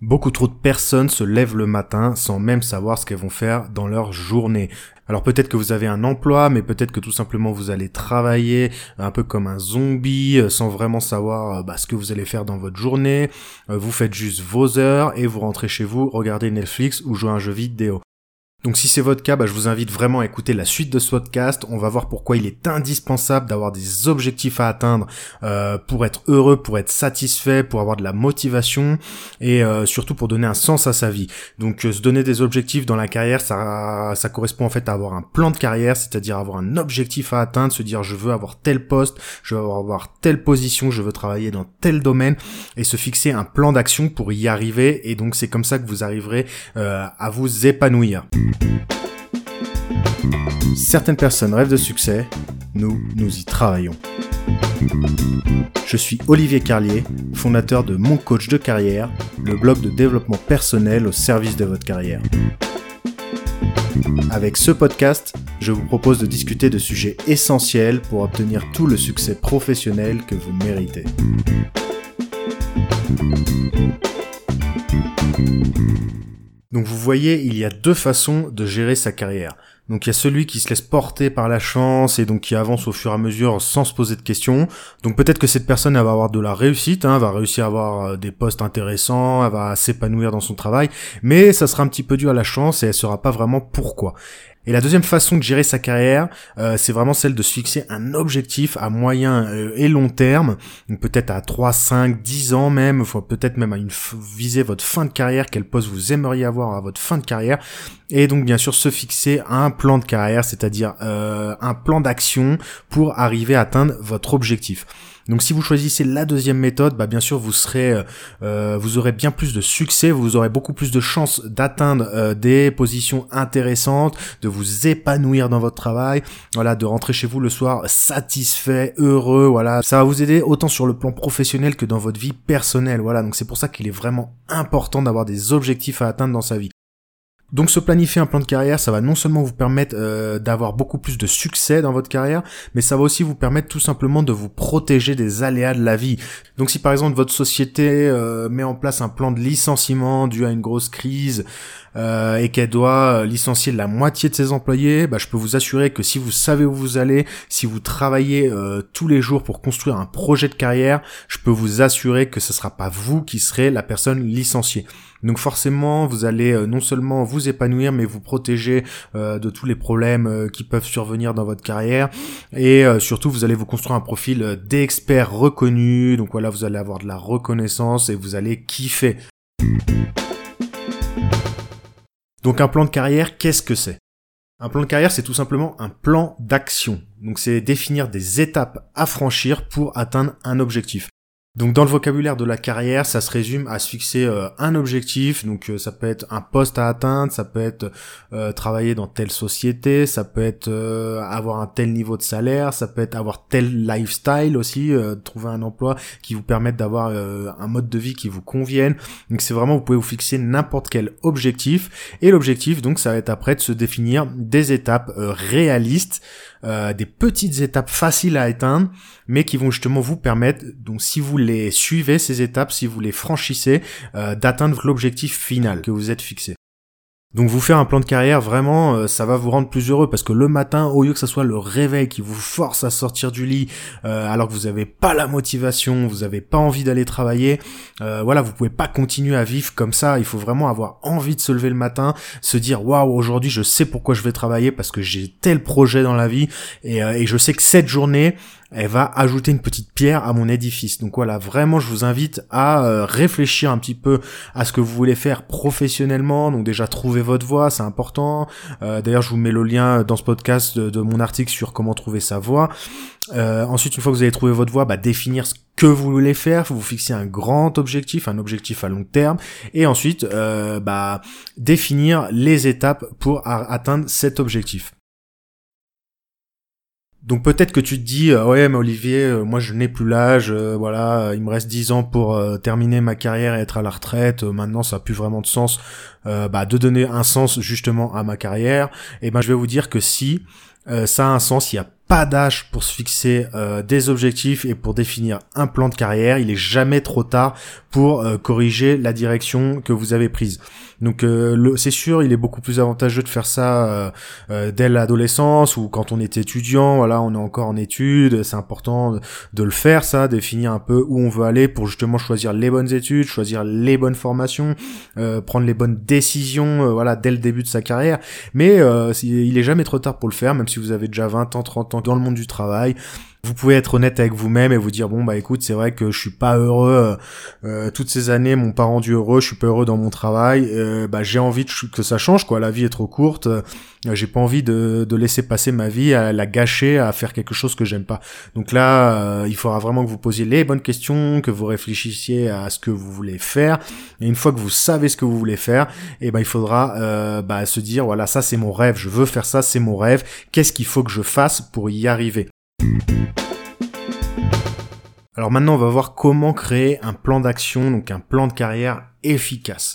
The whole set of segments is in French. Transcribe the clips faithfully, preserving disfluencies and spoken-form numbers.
Beaucoup trop de personnes se lèvent le matin sans même savoir ce qu'elles vont faire dans leur journée. Alors peut-être que vous avez un emploi, mais peut-être que tout simplement vous allez travailler un peu comme un zombie, sans vraiment savoir bah, ce que vous allez faire dans votre journée. Vous faites juste vos heures et vous rentrez chez vous, regardez Netflix ou jouez à un jeu vidéo. Donc si c'est votre cas, bah, je vous invite vraiment à écouter la suite de ce podcast. On va voir pourquoi il est indispensable d'avoir des objectifs à atteindre euh, pour être heureux, pour être satisfait, pour avoir de la motivation et euh, surtout pour donner un sens à sa vie. Donc euh, se donner des objectifs dans la carrière, ça, ça correspond en fait à avoir un plan de carrière, c'est-à-dire avoir un objectif à atteindre, se dire je veux avoir tel poste, je veux avoir telle position, je veux travailler dans tel domaine et se fixer un plan d'action pour y arriver. Et donc c'est comme ça que vous arriverez euh, à vous épanouir. Certaines personnes rêvent de succès, nous, nous y travaillons. Je suis Olivier Carlier, fondateur de Mon Coach de Carrière, le blog de développement personnel au service de votre carrière. Avec ce podcast, je vous propose de discuter de sujets essentiels pour obtenir tout le succès professionnel que vous méritez. Donc vous voyez, il y a deux façons de gérer sa carrière. Donc il y a celui qui se laisse porter par la chance et donc qui avance au fur et à mesure sans se poser de questions. Donc peut-être que cette personne elle va avoir de la réussite, hein, elle va réussir à avoir des postes intéressants, elle va s'épanouir dans son travail, mais ça sera un petit peu dû à la chance et elle saura pas vraiment pourquoi. Et la deuxième façon de gérer sa carrière, euh, c'est vraiment celle de se fixer un objectif à moyen euh, et long terme, donc peut-être à trois, cinq, dix ans même, faut peut-être même à une f- viser votre fin de carrière, quel poste vous aimeriez avoir à votre fin de carrière, et donc bien sûr se fixer un plan de carrière, c'est-à-dire euh, un plan d'action pour arriver à atteindre votre objectif. Donc si vous choisissez la deuxième méthode, bah bien sûr vous serez, euh, vous aurez bien plus de succès, vous aurez beaucoup plus de chances d'atteindre euh, des positions intéressantes, de vous épanouir dans votre travail, voilà, de rentrer chez vous le soir satisfait, heureux, voilà. Ça va vous aider autant sur le plan professionnel que dans votre vie personnelle, voilà. Donc c'est pour ça qu'il est vraiment important d'avoir des objectifs à atteindre dans sa vie. Donc se planifier un plan de carrière, ça va non seulement vous permettre euh, d'avoir beaucoup plus de succès dans votre carrière, mais ça va aussi vous permettre tout simplement de vous protéger des aléas de la vie. Donc si par exemple votre société euh, met en place un plan de licenciement dû à une grosse crise euh, et qu'elle doit licencier la moitié de ses employés, bah, je peux vous assurer que si vous savez où vous allez, si vous travaillez euh, tous les jours pour construire un projet de carrière, je peux vous assurer que ce sera pas vous qui serez la personne licenciée. Donc forcément, vous allez euh, non seulement vous épanouir, mais vous protéger euh, de tous les problèmes euh, qui peuvent survenir dans votre carrière. Et euh, surtout, vous allez vous construire un profil euh, d'expert reconnu. Donc voilà, vous allez avoir de la reconnaissance et vous allez kiffer. Donc un plan de carrière, qu'est-ce que c'est ? Un plan de carrière, c'est tout simplement un plan d'action. Donc c'est définir des étapes à franchir pour atteindre un objectif. Donc dans le vocabulaire de la carrière, ça se résume à se fixer euh, un objectif, donc euh, ça peut être un poste à atteindre, ça peut être euh, travailler dans telle société, ça peut être euh, avoir un tel niveau de salaire, ça peut être avoir tel lifestyle aussi, euh, trouver un emploi qui vous permette d'avoir euh, un mode de vie qui vous convienne. Donc c'est vraiment, vous pouvez vous fixer n'importe quel objectif, et l'objectif donc ça va être après de se définir des étapes euh, réalistes, euh, des petites étapes faciles à atteindre, mais qui vont justement vous permettre, donc si vous les suivez ces étapes, si vous les franchissez, euh, d'atteindre l'objectif final que vous êtes fixé. Donc vous faire un plan de carrière, vraiment, euh, ça va vous rendre plus heureux parce que le matin, au lieu que ça soit le réveil qui vous force à sortir du lit, euh, alors que vous avez pas la motivation, vous avez pas envie d'aller travailler, euh, voilà, vous pouvez pas continuer à vivre comme ça. Il faut vraiment avoir envie de se lever le matin, se dire waouh, aujourd'hui je sais pourquoi je vais travailler parce que j'ai tel projet dans la vie et, euh, et je sais que cette journée elle va ajouter une petite pierre à mon édifice. Donc voilà, vraiment je vous invite à euh, réfléchir un petit peu à ce que vous voulez faire professionnellement. Donc déjà trouver votre voie, c'est important. Euh, d'ailleurs je vous mets le lien dans ce podcast de, de mon article sur comment trouver sa voie. Euh, ensuite, une fois que vous avez trouvé votre voie, bah, définir ce que vous voulez faire, vous fixer un grand objectif, un objectif à long terme, et ensuite euh, bah, définir les étapes pour a- atteindre cet objectif. Donc peut-être que tu te dis euh, ouais mais Olivier, euh, moi je n'ai plus l'âge, euh, voilà, euh, il me reste dix ans pour euh, terminer ma carrière et être à la retraite, euh, maintenant ça a plus vraiment de sens euh, bah, de donner un sens justement à ma carrière. Et ben je vais vous dire que si euh, ça a un sens, il y a pas d'âge pour se fixer euh, des objectifs et pour définir un plan de carrière. Il est jamais trop tard pour euh, corriger la direction que vous avez prise. Donc euh, le, c'est sûr, il est beaucoup plus avantageux de faire ça euh, euh, dès l'adolescence ou quand on est étudiant. Voilà, on est encore en études. C'est important de, de le faire, ça, définir un peu où on veut aller pour justement choisir les bonnes études, choisir les bonnes formations, euh, prendre les bonnes décisions. Euh, voilà, dès le début de sa carrière. Mais euh, il est jamais trop tard pour le faire, même si vous avez déjà vingt ans, trente ans dans le monde du travail. Vous pouvez être honnête avec vous-même et vous dire bon bah écoute, c'est vrai que je suis pas heureux euh, toutes ces années, m'ont pas rendu heureux, je suis pas heureux dans mon travail, euh, bah j'ai envie de, que ça change quoi, la vie est trop courte, euh, j'ai pas envie de, de laisser passer ma vie à la gâcher, à faire quelque chose que j'aime pas. Donc là, euh, il faudra vraiment que vous posiez les bonnes questions, que vous réfléchissiez à ce que vous voulez faire, et une fois que vous savez ce que vous voulez faire, et ben il faudra euh, bah se dire voilà, ça c'est mon rêve, je veux faire ça, c'est mon rêve, qu'est-ce qu'il faut que je fasse pour y arriver? Alors maintenant, on va voir comment créer un plan d'action, donc un plan de carrière efficace.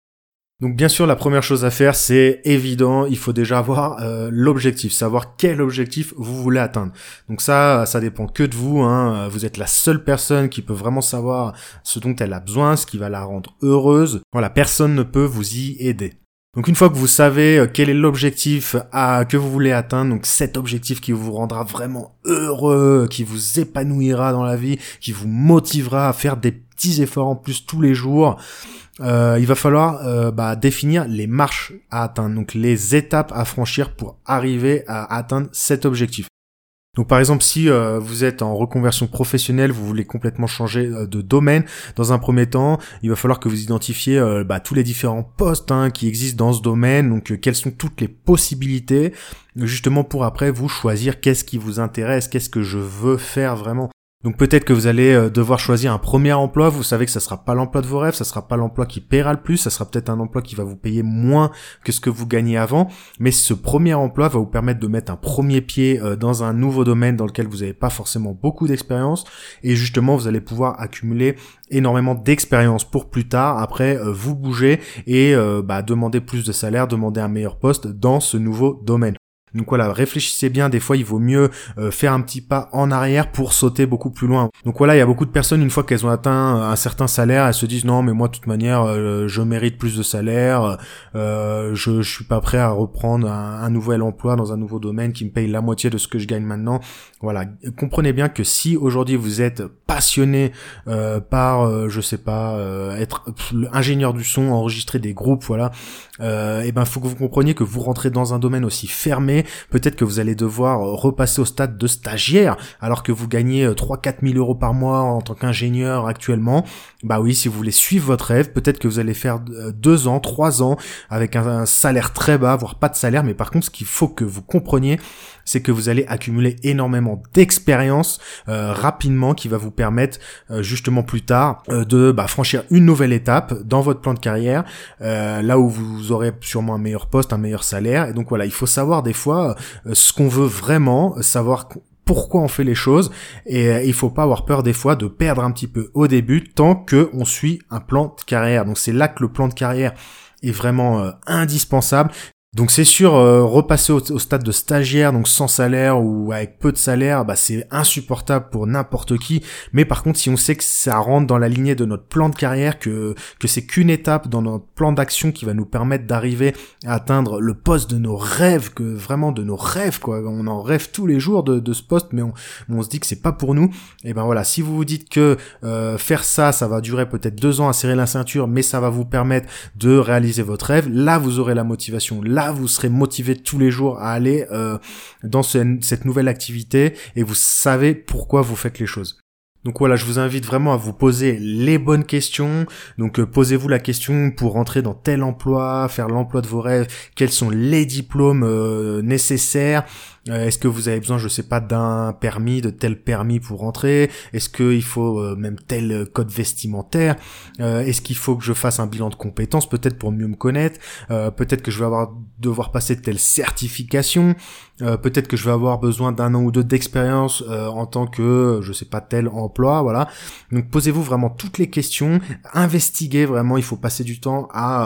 Donc bien sûr, la première chose à faire, c'est évident, il faut déjà avoir euh, l'objectif, savoir quel objectif vous voulez atteindre. Donc ça, ça dépend que de vous, hein. Vous êtes la seule personne qui peut vraiment savoir ce dont elle a besoin, ce qui va la rendre heureuse. Voilà, personne ne peut vous y aider. Donc une fois que vous savez quel est l'objectif à, que vous voulez atteindre, donc cet objectif qui vous rendra vraiment heureux, qui vous épanouira dans la vie, qui vous motivera à faire des petits efforts en plus tous les jours, euh, il va falloir euh, bah, définir les marches à atteindre, donc les étapes à franchir pour arriver à atteindre cet objectif. Donc par exemple, si euh, vous êtes en reconversion professionnelle, vous voulez complètement changer euh, de domaine, dans un premier temps, il va falloir que vous identifiez euh, bah, tous les différents postes hein, qui existent dans ce domaine, donc euh, quelles sont toutes les possibilités, justement pour après vous choisir qu'est-ce qui vous intéresse, qu'est-ce que je veux faire vraiment. Donc peut-être que vous allez devoir choisir un premier emploi, vous savez que ça sera pas l'emploi de vos rêves, ça sera pas l'emploi qui paiera le plus, ça sera peut-être un emploi qui va vous payer moins que ce que vous gagnez avant, mais ce premier emploi va vous permettre de mettre un premier pied dans un nouveau domaine dans lequel vous n'avez pas forcément beaucoup d'expérience, et justement vous allez pouvoir accumuler énormément d'expérience pour plus tard, après euh, vous bouger et euh, bah, demander plus de salaire, demander un meilleur poste dans ce nouveau domaine. Donc voilà, réfléchissez bien, des fois il vaut mieux euh, faire un petit pas en arrière pour sauter beaucoup plus loin. Donc voilà, il y a beaucoup de personnes, une fois qu'elles ont atteint un certain salaire, elles se disent non mais moi de toute manière euh, je mérite plus de salaire, euh, je, je suis pas prêt à reprendre un, un nouvel emploi dans un nouveau domaine qui me paye la moitié de ce que je gagne maintenant. Voilà, comprenez bien que si aujourd'hui vous êtes passionné euh, par, euh, je sais pas, euh, être ingénieur du son, enregistrer des groupes, voilà, euh, et ben faut que vous compreniez que vous rentrez dans un domaine aussi fermé, peut-être que vous allez devoir repasser au stade de stagiaire alors que vous gagnez trois à quatre mille euros par mois en tant qu'ingénieur actuellement. Bah oui, si vous voulez suivre votre rêve, peut-être que vous allez faire deux ans, trois ans avec un, un salaire très bas, voire pas de salaire, mais par contre ce qu'il faut que vous compreniez, c'est que vous allez accumuler énormément d'expérience euh, rapidement qui va vous permettre euh, justement plus tard euh, de bah, franchir une nouvelle étape dans votre plan de carrière, euh, là où vous aurez sûrement un meilleur poste, un meilleur salaire. Et donc voilà, il faut savoir des fois euh, ce qu'on veut vraiment, savoir pourquoi on fait les choses, et euh, il faut pas avoir peur des fois de perdre un petit peu au début tant que on suit un plan de carrière. Donc c'est là que le plan de carrière est vraiment euh, indispensable. Donc c'est sûr, euh, repasser au, au stade de stagiaire, donc sans salaire ou avec peu de salaire, bah c'est insupportable pour n'importe qui. Mais par contre, si on sait que ça rentre dans la lignée de notre plan de carrière, que que c'est qu'une étape dans notre plan d'action qui va nous permettre d'arriver à atteindre le poste de nos rêves, que vraiment de nos rêves quoi. On en rêve tous les jours de, de ce poste, mais on, on se dit que c'est pas pour nous. Et ben voilà, si vous vous dites que euh, faire ça, ça va durer peut-être deux ans à serrer la ceinture, mais ça va vous permettre de réaliser votre rêve, là vous aurez la motivation. Là, vous serez motivé tous les jours à aller euh, dans ce, cette nouvelle activité et vous savez pourquoi vous faites les choses. Donc voilà, je vous invite vraiment à vous poser les bonnes questions. Donc euh, posez-vous la question pour rentrer dans tel emploi, faire l'emploi de vos rêves, quels sont les diplômes euh, nécessaires. Euh, est-ce que vous avez besoin, je sais pas, d'un permis, de tel permis pour rentrer? Est-ce qu'il faut euh, même tel code vestimentaire? euh, Est-ce qu'il faut que je fasse un bilan de compétences, peut-être pour mieux me connaître? euh, Peut-être que je vais avoir devoir passer telle certification. euh, Peut-être que je vais avoir besoin d'un an ou deux d'expérience euh, en tant que, je sais pas, tel emploi, voilà. Donc posez-vous vraiment toutes les questions, investiguez vraiment, il faut passer du temps à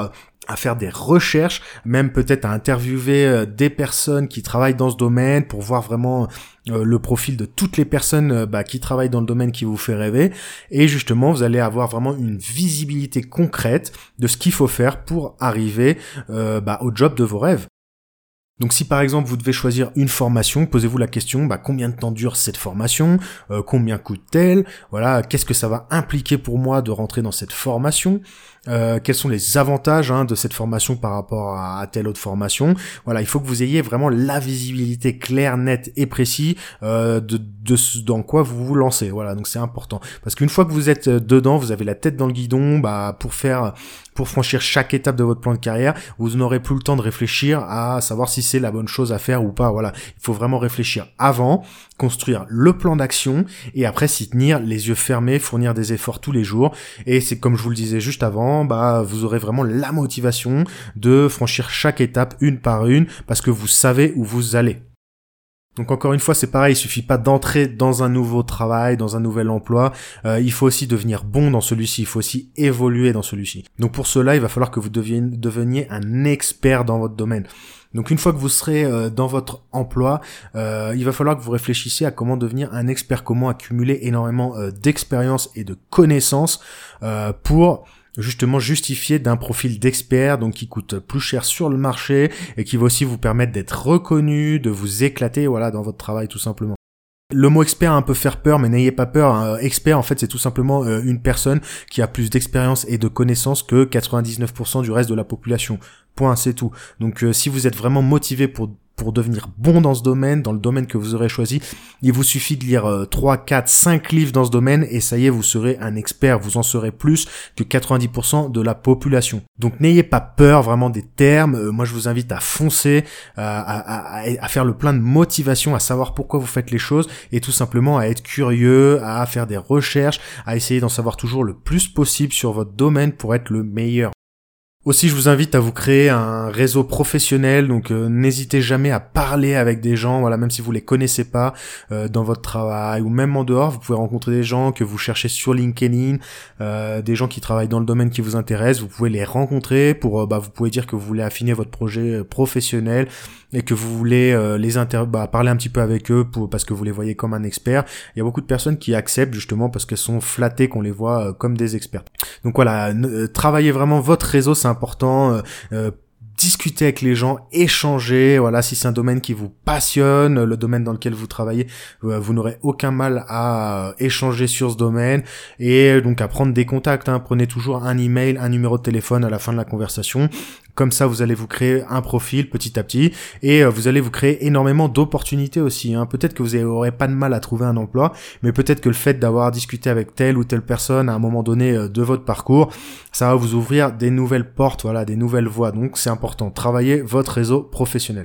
à faire des recherches, même peut-être à interviewer euh, des personnes qui travaillent dans ce domaine pour voir vraiment euh, le profil de toutes les personnes euh, bah, qui travaillent dans le domaine qui vous fait rêver. Et justement, vous allez avoir vraiment une visibilité concrète de ce qu'il faut faire pour arriver euh, bah, au job de vos rêves. Donc si par exemple vous devez choisir une formation, posez-vous la question bah, combien de temps dure cette formation, euh, combien coûte-t-elle, voilà, qu'est-ce que ça va impliquer pour moi de rentrer dans cette formation, euh, quels sont les avantages hein, de cette formation par rapport à, à telle autre formation. Voilà, il faut que vous ayez vraiment la visibilité claire, nette et précise euh, de, de ce dans quoi vous vous lancez. Voilà, donc c'est important parce qu'une fois que vous êtes dedans, vous avez la tête dans le guidon, bah pour faire pour franchir chaque étape de votre plan de carrière, vous n'aurez plus le temps de réfléchir à savoir si c'est la bonne chose à faire ou pas. Voilà, il faut vraiment réfléchir avant, construire le plan d'action et après s'y tenir les yeux fermés, fournir des efforts tous les jours. Et c'est comme je vous le disais juste avant, bah vous aurez vraiment la motivation de franchir chaque étape une par une parce que vous savez où vous allez. Donc encore une fois, c'est pareil, il suffit pas d'entrer dans un nouveau travail, dans un nouvel emploi, euh, il faut aussi devenir bon dans celui-ci, il faut aussi évoluer dans celui-ci. Donc pour cela, il va falloir que vous deviez, deveniez un expert dans votre domaine. Donc une fois que vous serez euh, dans votre emploi, euh, il va falloir que vous réfléchissiez à comment devenir un expert, comment accumuler énormément euh, d'expérience et de connaissances euh, pour justement justifier d'un profil d'expert, donc qui coûte plus cher sur le marché et qui va aussi vous permettre d'être reconnu, de vous éclater voilà dans votre travail tout simplement. Le mot expert a un peu faire peur, mais n'ayez pas peur. Hein. Expert, en fait, c'est tout simplement euh, une personne qui a plus d'expérience et de connaissances que quatre-vingt-dix-neuf pour cent du reste de la population. Point, c'est tout. Donc, euh, si vous êtes vraiment motivé pour pour devenir bon dans ce domaine, dans le domaine que vous aurez choisi, il vous suffit de lire euh, trois, quatre, cinq livres dans ce domaine et ça y est, vous serez un expert. Vous en serez plus que quatre-vingt-dix pour cent de la population. Donc, n'ayez pas peur vraiment des termes. Euh, moi, je vous invite à foncer, à, à, à, à faire le plein de motivation, à savoir pourquoi vous faites les choses et tout simplement à être curieux, à faire des recherches, à essayer d'en savoir toujours le plus possible sur votre domaine pour être le meilleur. Aussi, je vous invite à vous créer un réseau professionnel, donc euh, n'hésitez jamais à parler avec des gens, voilà, même si vous les connaissez pas euh, dans votre travail ou même en dehors, vous pouvez rencontrer des gens que vous cherchez sur LinkedIn, euh, des gens qui travaillent dans le domaine qui vous intéresse, vous pouvez les rencontrer pour, euh, bah, vous pouvez dire que vous voulez affiner votre projet professionnel et que vous voulez euh, les inter bah, parler un petit peu avec eux pour parce que vous les voyez comme un expert. Il y a beaucoup de personnes qui acceptent justement parce qu'elles sont flattées qu'on les voit euh, comme des experts. Donc voilà, euh, travaillez vraiment votre réseau, c'est important. Euh, euh, discuter avec les gens, échanger, voilà, si c'est un domaine qui vous passionne, le domaine dans lequel vous travaillez, euh, vous n'aurez aucun mal à euh, échanger sur ce domaine et donc à prendre des contacts, hein. Prenez toujours un email, un numéro de téléphone à la fin de la conversation. Comme ça, vous allez vous créer un profil petit à petit et euh, vous allez vous créer énormément d'opportunités aussi. Hein. Peut-être que vous n'aurez pas de mal à trouver un emploi, mais peut-être que le fait d'avoir discuté avec telle ou telle personne à un moment donné euh, de votre parcours, ça va vous ouvrir des nouvelles portes, voilà, des nouvelles voies. Donc c'est important, travaillez votre réseau professionnel.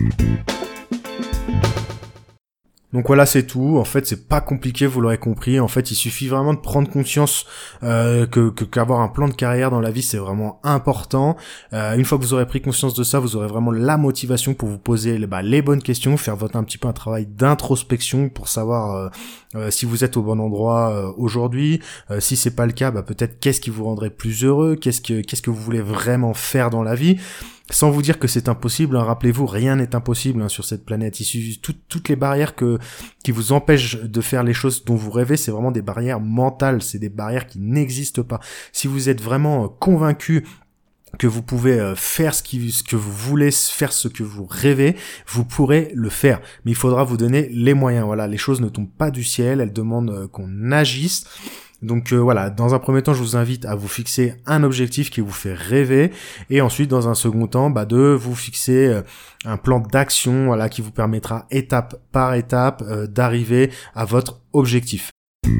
Donc voilà, c'est tout. En fait, c'est pas compliqué, vous l'aurez compris. En fait, il suffit vraiment de prendre conscience euh, que, que qu'avoir un plan de carrière dans la vie, c'est vraiment important. Euh, une fois que vous aurez pris conscience de ça, vous aurez vraiment la motivation pour vous poser bah, les bonnes questions, faire votre un petit peu un travail d'introspection pour savoir euh, euh, si vous êtes au bon endroit euh, aujourd'hui. Euh, si c'est pas le cas, bah peut-être qu'est-ce qui vous rendrait plus heureux, qu'est-ce que qu'est-ce que vous voulez vraiment faire dans la vie. Sans vous dire que c'est impossible, hein, rappelez-vous, rien n'est impossible hein, sur cette planète. Il suffit tout, toutes les barrières que qui vous empêchent de faire les choses dont vous rêvez, c'est vraiment des barrières mentales, c'est des barrières qui n'existent pas. Si vous êtes vraiment convaincu que vous pouvez faire ce, qui, ce que vous voulez, faire ce que vous rêvez, vous pourrez le faire. Mais il faudra vous donner les moyens. Voilà, les choses ne tombent pas du ciel, elles demandent qu'on agisse. Donc euh, voilà, dans un premier temps, je vous invite à vous fixer un objectif qui vous fait rêver et ensuite, dans un second temps, bah, de vous fixer euh, un plan d'action, voilà, qui vous permettra étape par étape euh, d'arriver à votre objectif.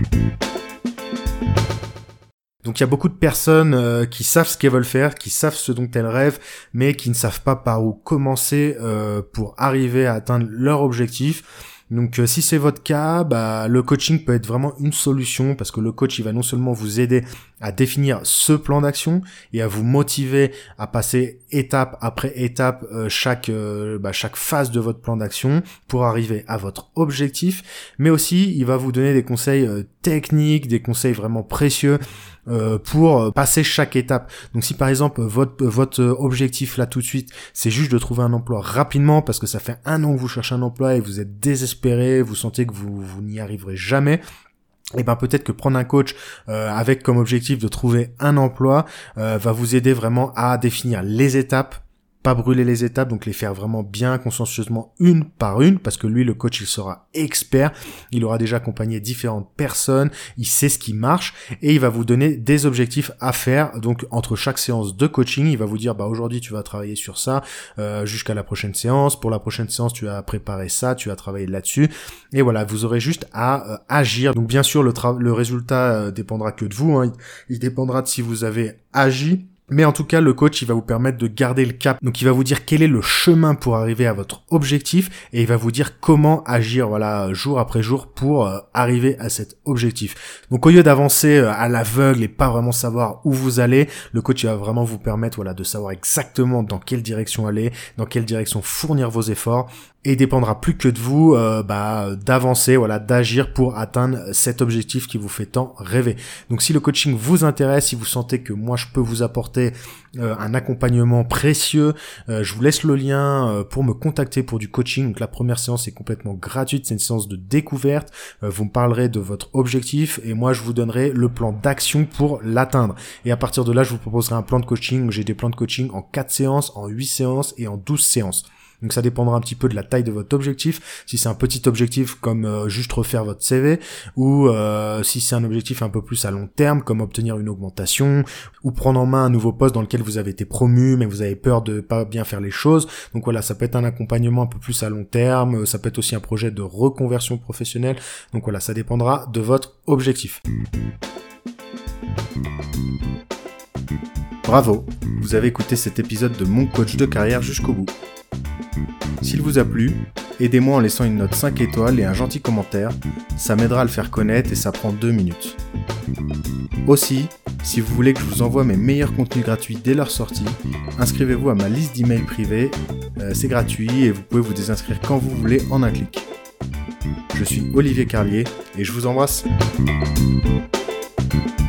Donc il y a beaucoup de personnes euh, qui savent ce qu'elles veulent faire, qui savent ce dont elles rêvent, mais qui ne savent pas par où commencer euh, pour arriver à atteindre leur objectif. Donc euh, si c'est votre cas, bah le coaching peut être vraiment une solution parce que le coach il va non seulement vous aider à définir ce plan d'action et à vous motiver à passer étape après étape euh, chaque euh, bah, chaque phase de votre plan d'action pour arriver à votre objectif. Mais aussi, il va vous donner des conseils euh, techniques, des conseils vraiment précieux euh, pour passer chaque étape. Donc si par exemple votre votre objectif là tout de suite, c'est juste de trouver un emploi rapidement parce que ça fait un an que vous cherchez un emploi et vous êtes désespéré, vous sentez que vous vous n'y arriverez jamais, et ben peut-être que prendre un coach euh, avec comme objectif de trouver un emploi euh, va vous aider vraiment à définir les étapes, pas brûler les étapes, donc les faire vraiment bien consciencieusement une par une, parce que lui, le coach, il sera expert, il aura déjà accompagné différentes personnes, il sait ce qui marche, et il va vous donner des objectifs à faire. Donc entre chaque séance de coaching, il va vous dire, bah aujourd'hui tu vas travailler sur ça euh, jusqu'à la prochaine séance, pour la prochaine séance tu vas préparer ça, tu vas travailler là-dessus, et voilà, vous aurez juste à euh, agir. Donc bien sûr, le, tra- le résultat euh, dépendra que de vous, hein. il, il dépendra de si vous avez agi. Mais en tout cas, le coach, il va vous permettre de garder le cap. Donc, il va vous dire quel est le chemin pour arriver à votre objectif et il va vous dire comment agir, voilà, jour après jour pour euh, arriver à cet objectif. Donc, au lieu d'avancer euh, à l'aveugle et pas vraiment savoir où vous allez, le coach, il va vraiment vous permettre, voilà, de savoir exactement dans quelle direction aller, dans quelle direction fournir vos efforts. Et il dépendra plus que de vous euh, bah, d'avancer, voilà, d'agir pour atteindre cet objectif qui vous fait tant rêver. Donc si le coaching vous intéresse, si vous sentez que moi je peux vous apporter euh, un accompagnement précieux, euh, je vous laisse le lien euh, pour me contacter pour du coaching. Donc la première séance est complètement gratuite, c'est une séance de découverte. Euh, vous me parlerez de votre objectif et moi je vous donnerai le plan d'action pour l'atteindre. Et à partir de là, je vous proposerai un plan de coaching. J'ai des plans de coaching en quatre séances, en huit séances et en douze séances. Donc ça dépendra un petit peu de la taille de votre objectif. Si c'est un petit objectif comme euh, juste refaire votre C V, ou euh, si c'est un objectif un peu plus à long terme comme obtenir une augmentation, ou prendre en main un nouveau poste dans lequel vous avez été promu mais vous avez peur de pas bien faire les choses. Donc voilà, ça peut être un accompagnement un peu plus à long terme, ça peut être aussi un projet de reconversion professionnelle. Donc voilà, ça dépendra de votre objectif. Bravo, vous avez écouté cet épisode de Mon Coach de Carrière jusqu'au bout. S'il vous a plu, aidez-moi en laissant une note cinq étoiles et un gentil commentaire, ça m'aidera à le faire connaître et ça prend deux minutes. Aussi, si vous voulez que je vous envoie mes meilleurs contenus gratuits dès leur sortie, inscrivez-vous à ma liste d'emails privés, euh, c'est gratuit et vous pouvez vous désinscrire quand vous voulez en un clic. Je suis Olivier Carlier et je vous embrasse.